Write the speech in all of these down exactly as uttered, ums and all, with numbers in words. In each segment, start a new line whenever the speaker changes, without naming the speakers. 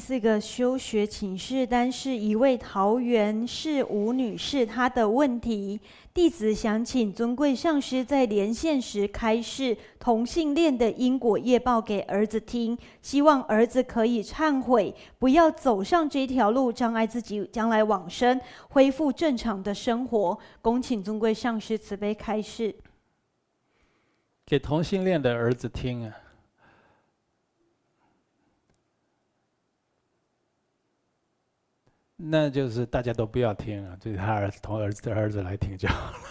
四个修学请示单是一位桃园市吴女士她的问题，弟子想请尊贵上师在连线时开示同性恋的因果业报给儿子听，希望儿子可以忏悔，不要走上这条路，障碍自己将来往生，恢复正常的生活。恭请尊贵上师慈悲开示。
给同性恋的儿子听啊，那就是大家都不要听啊，就是他儿子同儿子的儿子来听就好了。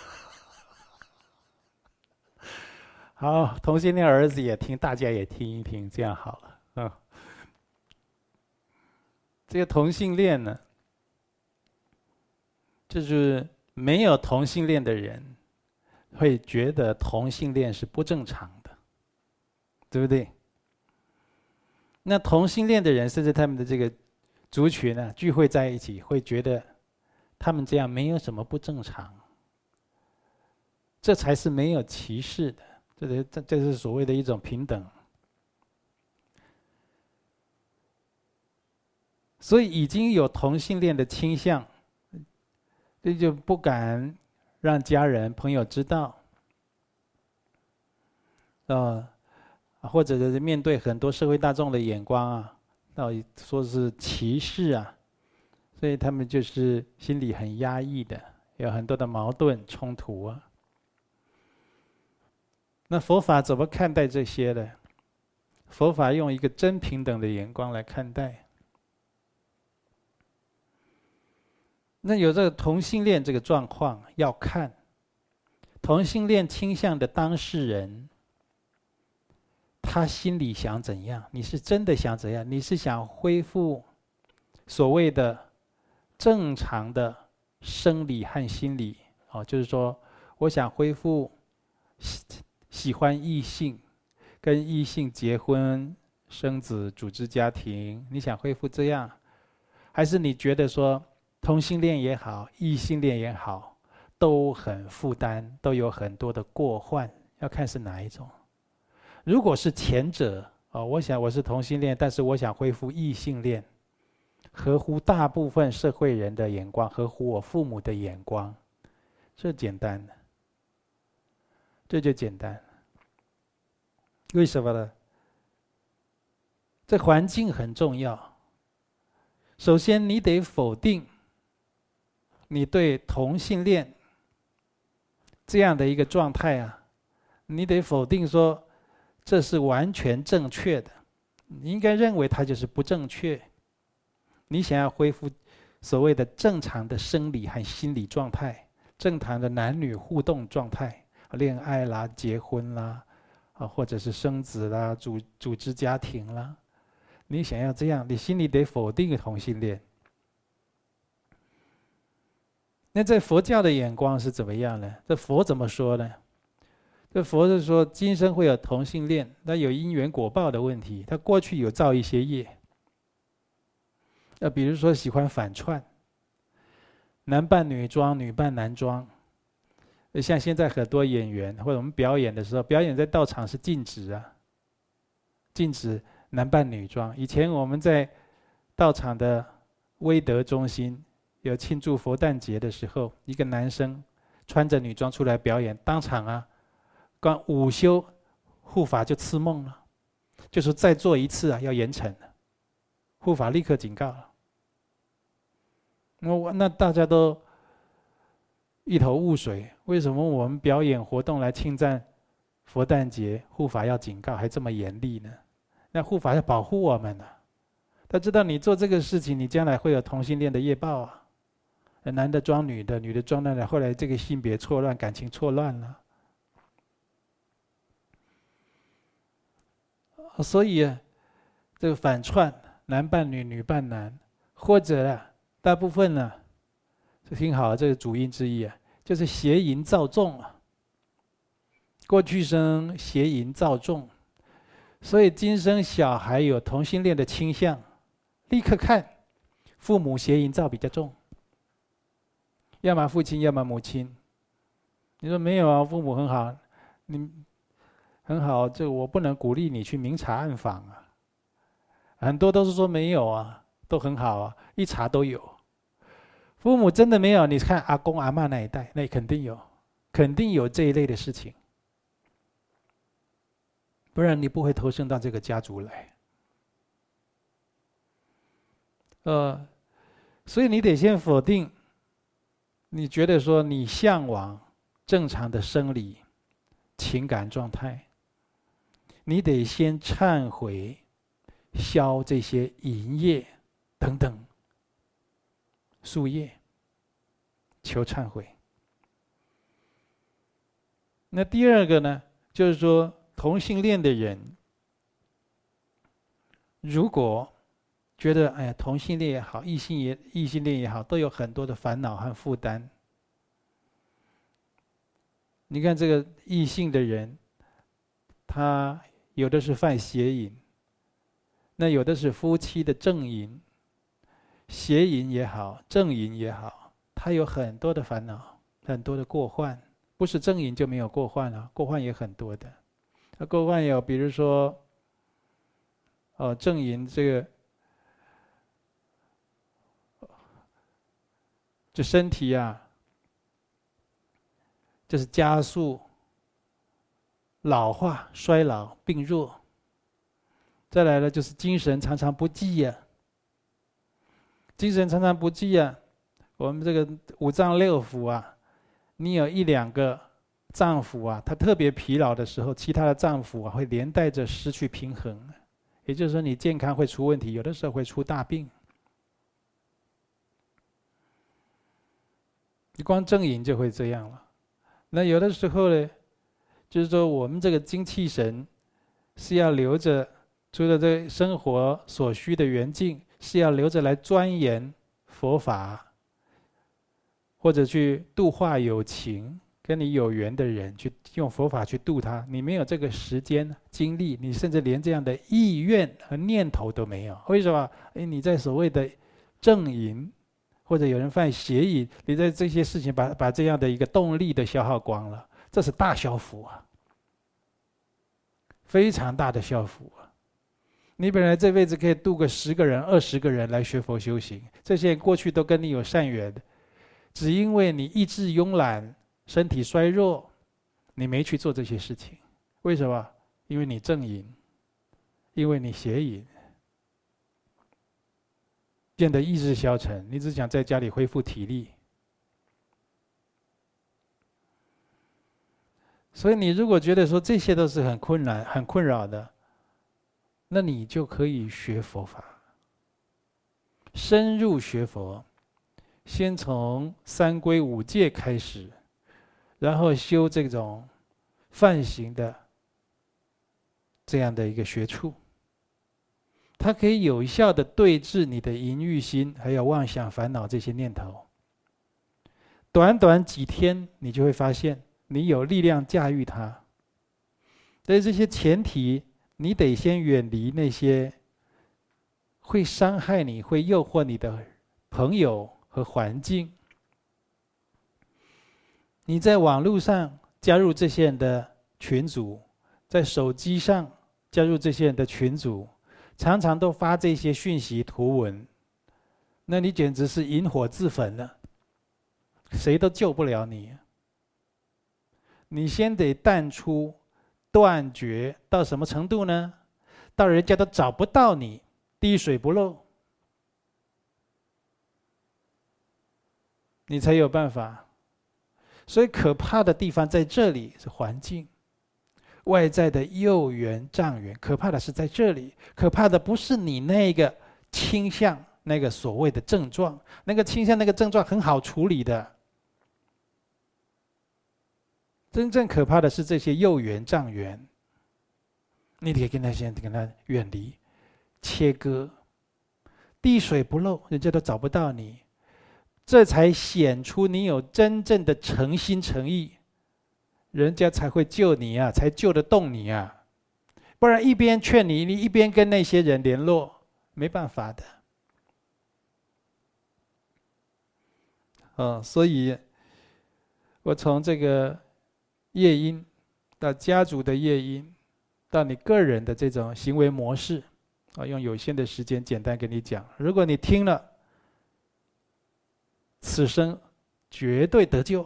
好，同性恋儿子也听，大家也听一听，这样好了。嗯，这个同性恋呢，就是没有同性恋的人会觉得同性恋是不正常的，对不对？那同性恋的人，甚至他们的这个族群呢、啊，聚会在一起，会觉得他们这样没有什么不正常，这才是没有歧视的，这这这是所谓的一种平等。所以已经有同性恋的倾向，这就不敢让家人朋友知道，呃，或者是面对很多社会大众的眼光啊，到说是歧视啊，所以他们就是心里很压抑的，有很多的矛盾冲突啊。那佛法怎么看待这些呢？佛法用一个真平等的眼光来看待。那有这个同性恋这个状况，要看同性恋倾向的当事人，他心里想怎样？你是真的想怎样？你是想恢复所谓的正常的生理和心理？哦，就是说，我想恢复喜喜欢异性，跟异性结婚、生子、组织家庭，你想恢复这样？还是你觉得说，同性恋也好，异性恋也好，都很负担，都有很多的过患，要看是哪一种。如果是前者，哦，我想我是同性恋，但是我想恢复异性恋，合乎大部分社会人的眼光，合乎我父母的眼光，这简单的，这就简单。为什么呢？这环境很重要。首先，你得否定你对同性恋这样的一个状态啊，你得否定说这是完全正确的，你应该认为它就是不正确。你想要恢复所谓的正常的生理和心理状态，正常的男女互动状态，恋爱啦、结婚啦，啊，或者是生子啦、组组织家庭啦，你想要这样，你心里得否定同性恋。那在佛教的眼光是怎么样呢？这佛怎么说呢？这佛是说，今生会有同性恋，那有因缘果报的问题，他过去有造一些业，呃，比如说喜欢反串，男扮女装，女扮男装。像现在很多演员或者我们表演的时候，表演在道场是禁止啊，禁止男扮女装。以前我们在道场的威德中心有庆祝佛诞节的时候，一个男生穿着女装出来表演，当场啊，光午休护法就吃梦了，就说再做一次啊要严惩了，护法立刻警告了。那那大家都一头雾水，为什么我们表演活动来庆赞佛诞节，护法要警告还这么严厉呢？那护法要保护我们呢、啊，他知道你做这个事情，你将来会有同性恋的业报啊。男的装女的，女的装男的，后来这个性别错乱，感情错乱了。所以啊，这个反串男扮女，女扮男，或者啊，大部分呢、啊，这挺好，这个主因之一啊，就是邪淫造众啊。过去生邪淫造众，所以今生小孩有同性恋的倾向，立刻看父母邪淫造比较重。要么父亲，要么母亲。你说没有啊？父母很好，你很好，这我不能鼓励你去明察暗访啊。很多都是说没有啊， 都很好啊，一查都有。父母真的没有，你看阿公阿嬷那一代，那肯定有，肯定有这一类的事情，不然你不会投生到这个家族来。呃，所以你得先否定，你觉得说你向往正常的生理情感状态，你得先忏悔，消这些淫业等等宿业，求忏悔。那第二个呢，就是说同性恋的人，如果觉得哎呀同性恋也好，异性也异性恋也好，都有很多的烦恼和负担。你看这个异性的人，他有的是犯邪淫，那有的是夫妻的正淫，邪淫也好，正淫也好，他有很多的烦恼，很多的过患。不是正淫就没有过患啊，过患也很多的。那过患有，比如说，哦，正淫这个，这身体啊，就是加速老化、衰老、病弱。再来呢，就是精神常常不济呀、啊，精神常常不济呀、啊。我们这个五脏六腑啊，你有一两个脏腑啊，它特别疲劳的时候，其他的脏腑啊会连带着失去平衡，也就是说你健康会出问题，有的时候会出大病。你光正淫就会这样了。那有的时候呢，就是说我们这个精气神是要留着，除了这生活所需的缘境，是要留着来钻研佛法，或者去度化有情跟你有缘的人，去用佛法去度他。你没有这个时间精力，你甚至连这样的意愿和念头都没有。为什么？哎，你在所谓的正淫，或者有人犯邪淫，你在这些事情把把这样的一个动力都消耗光了，这是大消福啊，非常大的消福啊！你本来这辈子可以度个十个人、二十个人来学佛修行，这些人过去都跟你有善缘的，只因为你意志慵懒、身体衰弱，你没去做这些事情。为什么？因为你正淫，因为你邪淫，变得意志消沉，你只想在家里恢复体力。所以你如果觉得说这些都是很困难、很困扰的，那你就可以学佛法，深入学佛，先从三皈五戒开始，然后修这种梵行的这样的一个学处，它可以有效的对治你的淫欲心，还有妄想烦恼这些念头。短短几天，你就会发现你有力量驾驭它。在这些前提，你得先远离那些会伤害你、会诱惑你的朋友和环境。你在网络上加入这些人的群组，在手机上加入这些人的群组，常常都发这些讯息图文，那你简直是引火自焚了，谁都救不了你。你先得淡出、断绝到什么程度呢？到人家都找不到你，滴水不漏，你才有办法。所以可怕的地方在这里，是环境。外在的诱缘障缘，可怕的是在这里。可怕的不是你那个倾向，那个所谓的症状，那个倾向那个症状很好处理的。真正可怕的是这些诱缘障缘，你得跟他先跟他远离、切割，滴水不漏，人家都找不到你，这才显出你有真正的诚心诚意。人家才会救你啊，才救得动你啊！不然一边劝你，你一边跟那些人联络，没办法的。哦，所以，我从这个业因到家族的业因，到你个人的这种行为模式， 啊，用有限的时间简单跟你讲，如果你听了，此生绝对得救。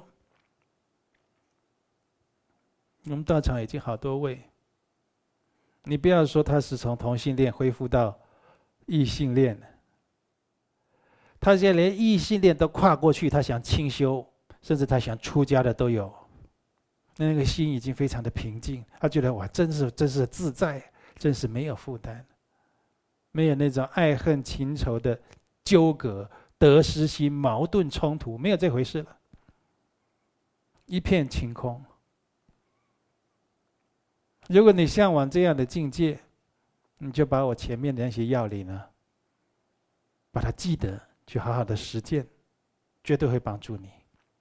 我们道场已经好多位，你不要说他是从同性恋恢复到异性恋，他现在连异性恋都跨过去，他想清修，甚至他想出家的都有。那个心已经非常的平静，他觉得哇，真是真是自在，真是没有负担，没有那种爱恨情仇的纠葛、得失心、矛盾冲突，没有这回事了，一片晴空。如果你向往这样的境界，你就把我前面的那些要领呢，把它记得，去好好的实践，绝对会帮助你。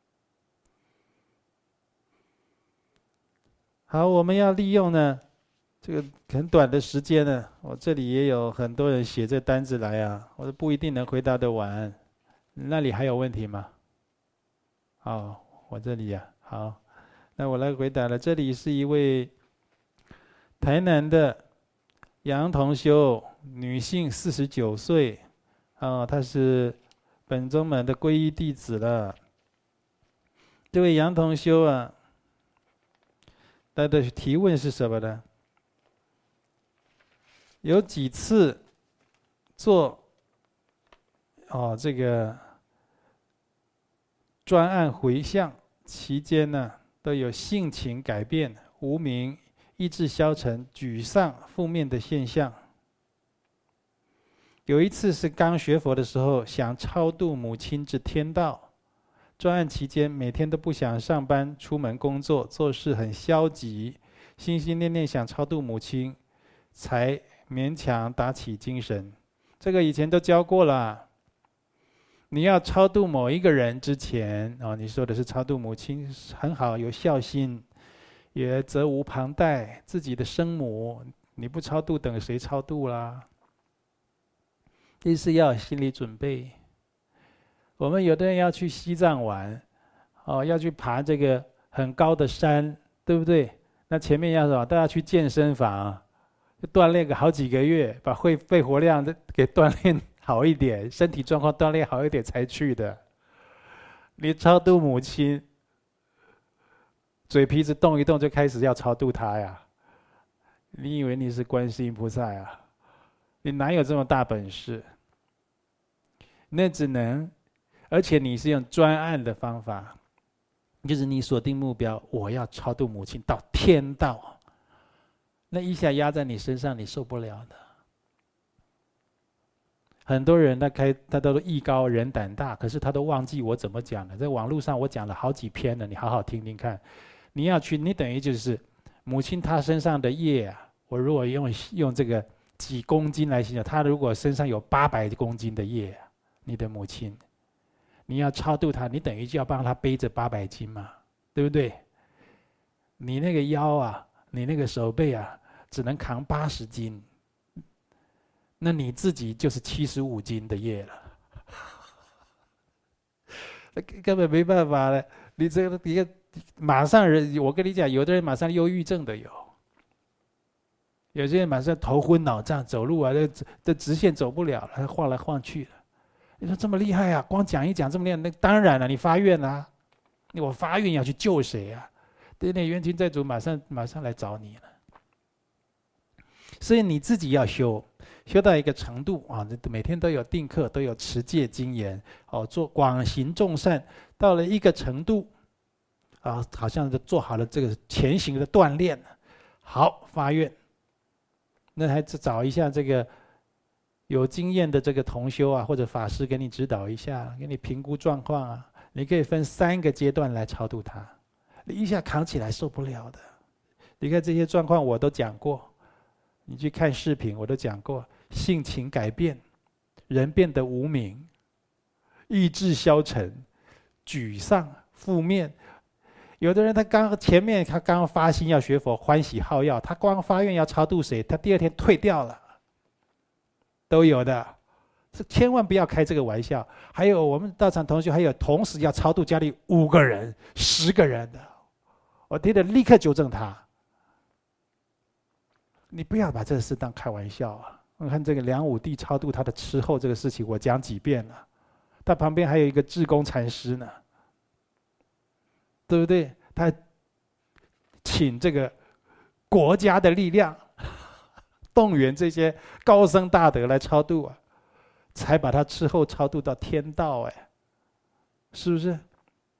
好，我们要利用呢这个很短的时间呢，我这里也有很多人写这单子来啊，我不一定能回答得完。那里还有问题吗？好，我这里呀、啊，好，那我来回答了。这里是一位台南的杨同修，女性，四十九岁，啊，她是本宗门的皈依弟子了。这位杨同修啊，他的提问是什么呢？有几次做哦这个专案回向期间呢，都有性情改变、无明、意志消沉、沮丧、负面的现象。有一次是刚学佛的时候，想超度母亲至天道，专案期间每天都不想上班、出门工作，做事很消极，心心念念想超度母亲，才勉强打起精神。这个以前都教过了。你要超度某一个人之前，哦，你说的是超度母亲，很好，有孝心，也责无旁贷，自己的生母，你不超度，等谁超度啦？这是要有心理准备。我们有的人要去西藏玩，哦，要去爬这个很高的山，对不对？那前面要什么？都要去健身房，锻炼个好几个月，把肺肺活量给锻炼好一点，身体状况锻炼好一点才去的。你超度母亲，嘴皮子动一动就开始要超度她呀？你以为你是观世音菩萨啊？你哪有这么大本事？那只能，而且你是用专案的方法，就是你锁定目标，我要超度母亲到天道，那一下压在你身上，你受不了的。很多人他开他都艺高人胆大，可是他都忘记我怎么讲的。在网络上我讲了好几篇了，你好好听听看。你要去，你等于就是母亲她身上的业啊，我如果用用这个几公斤来形容，她如果身上有八百公斤的业啊，你的母亲，你要超度她，你等于就要帮她背着八百斤嘛，对不对？你那个腰啊，你那个手背啊，只能扛八十斤。那你自己就是七十五斤的业了，根本没办法了。你这个，你马上人，我跟你讲，有的人马上忧郁症的有，有些人马上头昏脑胀，走路啊，这这直线走不了了，晃来晃去的。你说这么厉害啊？光讲一讲这么厉害，那当然了，你发愿啊，我发愿要去救谁啊？对，那冤亲债主马上马上来找你了。所以你自己要修。修到一个程度啊，每天都有定课，都有持戒精研，哦，做广行众善，到了一个程度，啊，好像是做好了这个前行的锻炼，好发愿，那还是找一下这个有经验的这个同修啊，或者法师给你指导一下，给你评估状况啊。你可以分三个阶段来超度他，你一下扛起来受不了的。你看这些状况我都讲过，你去看视频我都讲过。性情改变，人变得无明，意志消沉，沮丧、负面。有的人他刚前面他刚发心要学佛，欢喜好药，他光发愿要超度谁，他第二天退掉了，都有的。这千万不要开这个玩笑。还有我们道场同学，还有同时要超度家里五个人、十个人的，我听得立刻纠正他。你不要把这个事当开玩笑啊！ 我看这个梁武帝超度他的痴后这个事情，我讲几遍了。他旁边还有一个智公禅师呢，对不对？他请这个国家的力量，动员这些高僧大德来超度啊，才把他痴后超度到天道，哎，是不是？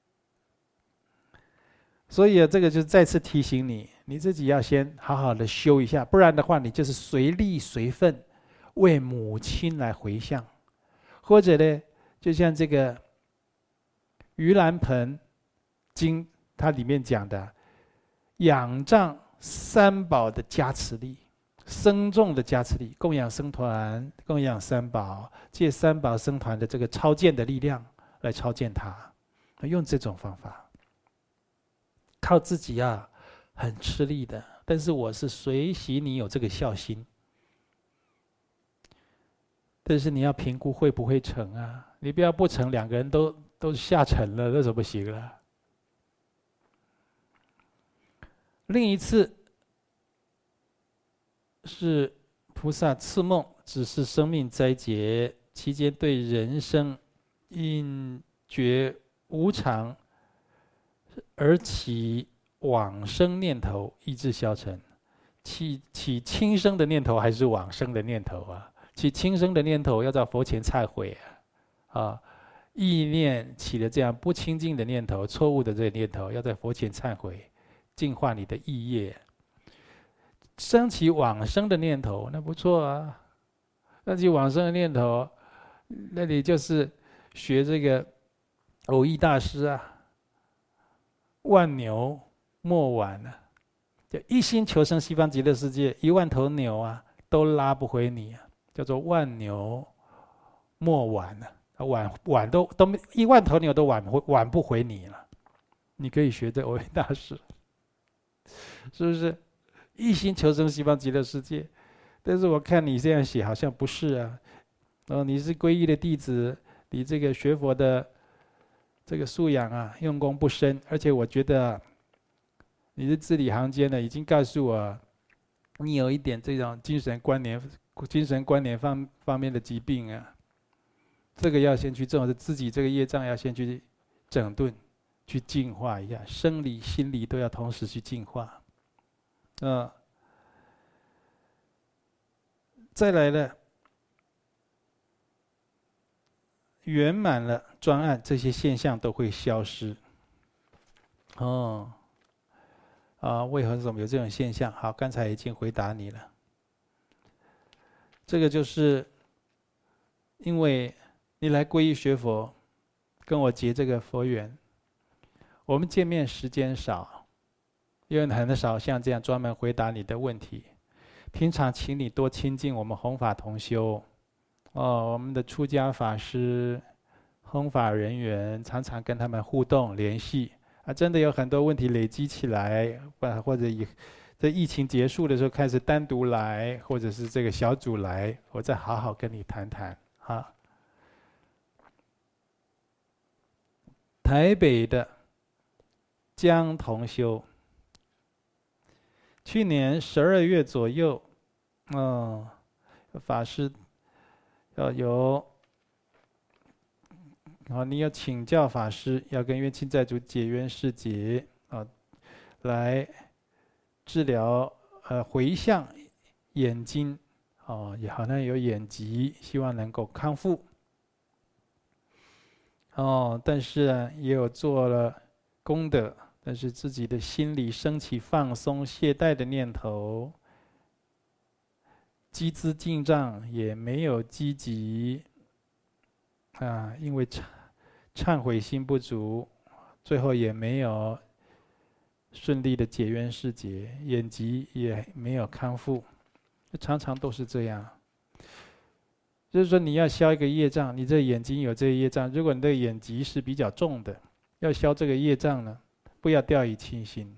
所以啊，这个就是再次提醒你，你自己要先好好的修一下，不然的话，你就是随力随分，为母亲来回向，或者呢，就像这个《盂兰盆经》它里面讲的，仰仗三宝的加持力，僧众的加持力，供养僧团，供养三宝，借三宝僧团的这个超荐的力量来超荐他，用这种方法。靠自己啊，很吃力的。但是我是随喜你有这个孝心，但是你要评估会不会成啊？你不要不成，两个人都都下沉了，那怎么行了？另一次是菩萨赐梦，只是生命灾劫期间，对人生因觉无常而起往生念头，意志消沉。起起轻生的念头还是往生的念头啊？起轻生的念头要在佛前忏悔啊！啊，意念起了这样不清净的念头、错误的这个念头，要在佛前忏悔，净化你的意业。升起往生的念头，那不错啊！升起往生的念头，那你就是学这个偶益大师啊。万牛莫挽啊，就一心求生西方极乐世界，一万头牛啊都拉不回你啊，叫做万牛莫挽啊，挽挽都都一万头牛都挽回挽不回你了。你可以学这偶益大师，是不是？一心求生西方极乐世界，但是我看你这样写好像不是啊。哦，你是皈依的弟子，你这个学佛的这个素养啊，用功不深，而且我觉得、啊、你的字里行间呢，已经告诉我，你有一点这种精神关联、精神关联方方面的疾病啊。这个要先去正，自己这个业障要先去整顿、去净化一下，生理、心理都要同时去净化。嗯，再来了。圆满了专案，这些现象都会消失。哦，啊，为何怎么有这种现象？好，刚才已经回答你了。这个就是因为你来皈依学佛，跟我结这个佛缘，我们见面时间少，因为很少像这样专门回答你的问题。平常请你多亲近我们弘法同修。哦，我们的出家法师、弘法人员常常跟他们互动联系啊，真的有很多问题累积起来，或者以在疫情结束的时候开始单独来，或者是这个小组来，我再好好跟你谈谈啊。台北的江同修，去年十二月左右，哦，法师。要有，好，你要请教法师，要跟冤亲债主解冤释结啊，来治疗呃回向眼睛，哦，也好像有眼疾，希望能够康复。哦，但是呢，也有做了功德，但是自己的心里升起放松懈怠的念头。积资进账也没有积极啊，因为忏忏悔心不足，最后也没有顺利的解冤释结，眼疾也没有康复，常常都是这样。就是说，你要消一个业障，你这眼睛有这个业障，如果你的眼疾是比较重的，要消这个业障呢，不要掉以轻心，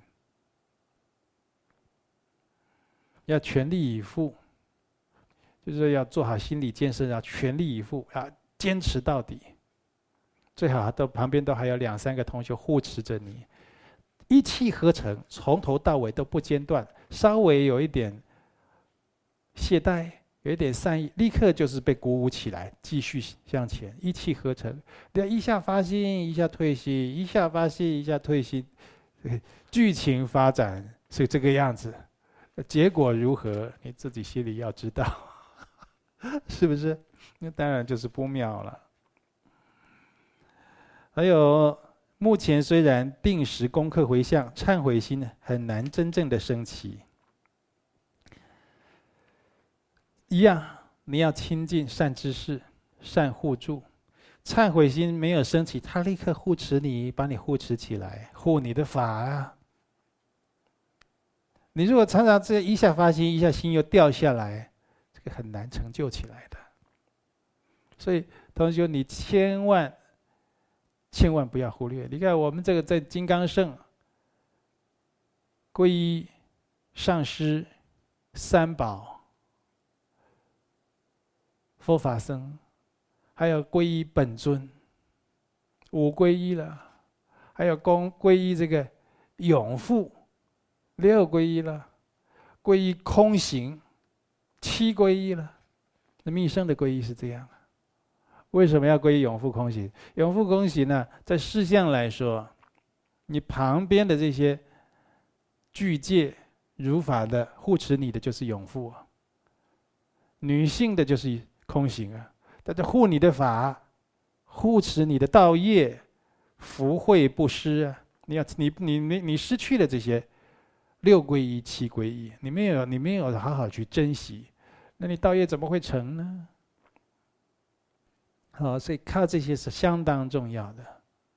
要全力以赴。就是要做好心理建设，要全力以赴，要坚持到底。最好都旁边都还有两三个同学护持着你，一气呵成，从头到尾都不间断。稍微有一点懈怠， 有一点善意，立刻就是被鼓舞起来，继续向前，一气呵成。对，一下发心，一下退心，一下发心，一下退心，剧情发展是这个样子，结果如何，你自己心里要知道，是不是？那当然就是不妙了。还有，目前虽然定时功课回向，忏悔心很难真正的升起。一样，你要亲近善知识、善护助。忏悔心没有升起，他立刻护持你，把你护持起来，护你的法啊。你如果常常这一下发心，一下心又掉下来，这个很难成就起来的。所以，同学，你千万千万不要忽略。你看，我们这个在金刚圣皈依上师、三宝、佛法僧，还有皈依本尊，五皈依了，还有公皈依这个永护，六皈依了，皈依空行，七皈依了。那密圣的皈依是这样。为什么要皈依永护空行？永护空行呢，在事相来说，你旁边的这些具戒如法的护持你的就是永护啊，女性的就是空行啊。但是护你的法，护持你的道业，福慧不失啊。你要你你你你失去了这些六皈依、七皈依，你没有你没有好好去珍惜，那你道业怎么会成呢？好，所以靠这些是相当重要的。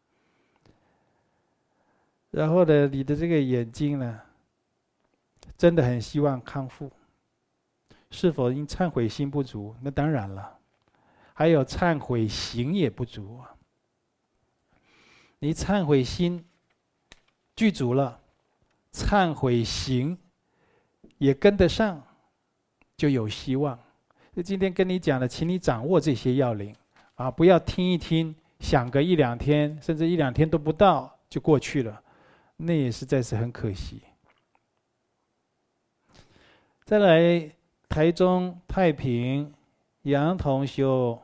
然后呢，你的这个眼睛呢，真的很希望康复，是否因忏悔心不足？那当然了，还有忏悔行也不足啊。你忏悔心具足了，忏悔行也跟得上，就有希望。所以今天跟你讲的，请你掌握这些要领。啊，不要听一听，想个一两天，甚至一两天都不到就过去了，那也实在是很可惜。再来，台中太平杨同修，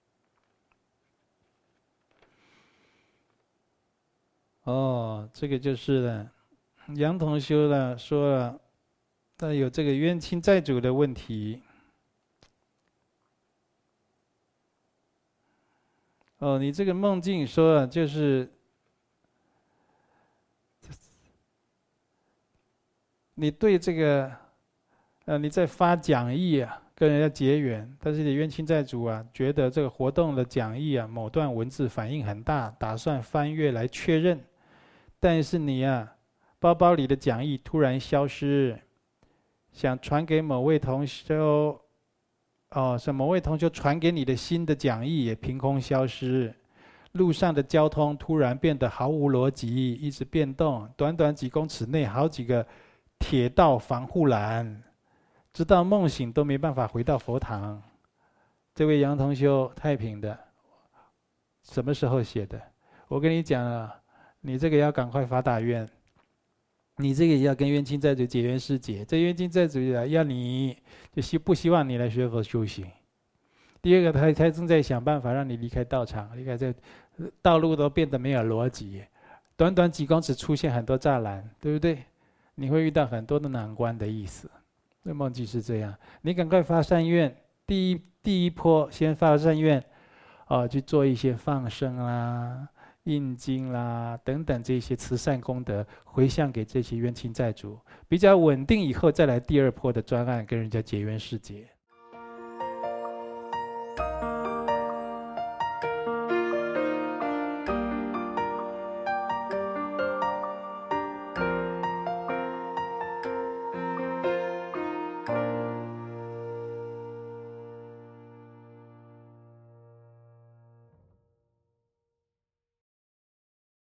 哦，这个就是了。杨同修呢说了，他有这个冤亲债主的问题。哦，你这个梦境说就是，你对这个，呃，你在发讲义啊，跟人家结缘，但是你冤亲债主啊，觉得这个活动的讲义啊，某段文字反应很大，打算翻阅来确认，但是你啊，包包里的讲义突然消失，想传给某位同修。哦，是某位同学传给你的新的讲义也凭空消失，路上的交通突然变得毫无逻辑，一直变动，短短几公尺内好几个铁道防护栏，直到梦醒都没办法回到佛堂。这位杨同修太平的，什么时候写的？我跟你讲了，你这个要赶快发大愿。你这个也要跟冤亲债主结缘师结，这冤亲债主要你就希不希望你来学佛修行。第二个，他他正在想办法让你离开道场，离开这道路都变得没有逻辑，短短几公尺出现很多栅栏，对不对？你会遇到很多的难关的意思。那梦境是这样，你赶快发善愿，第一第一波先发善愿，哦，去做一些放生啦。印经啦等等这些慈善功德回向给这些冤亲债主，比较稳定以后再来第二波的专案跟人家结缘师结。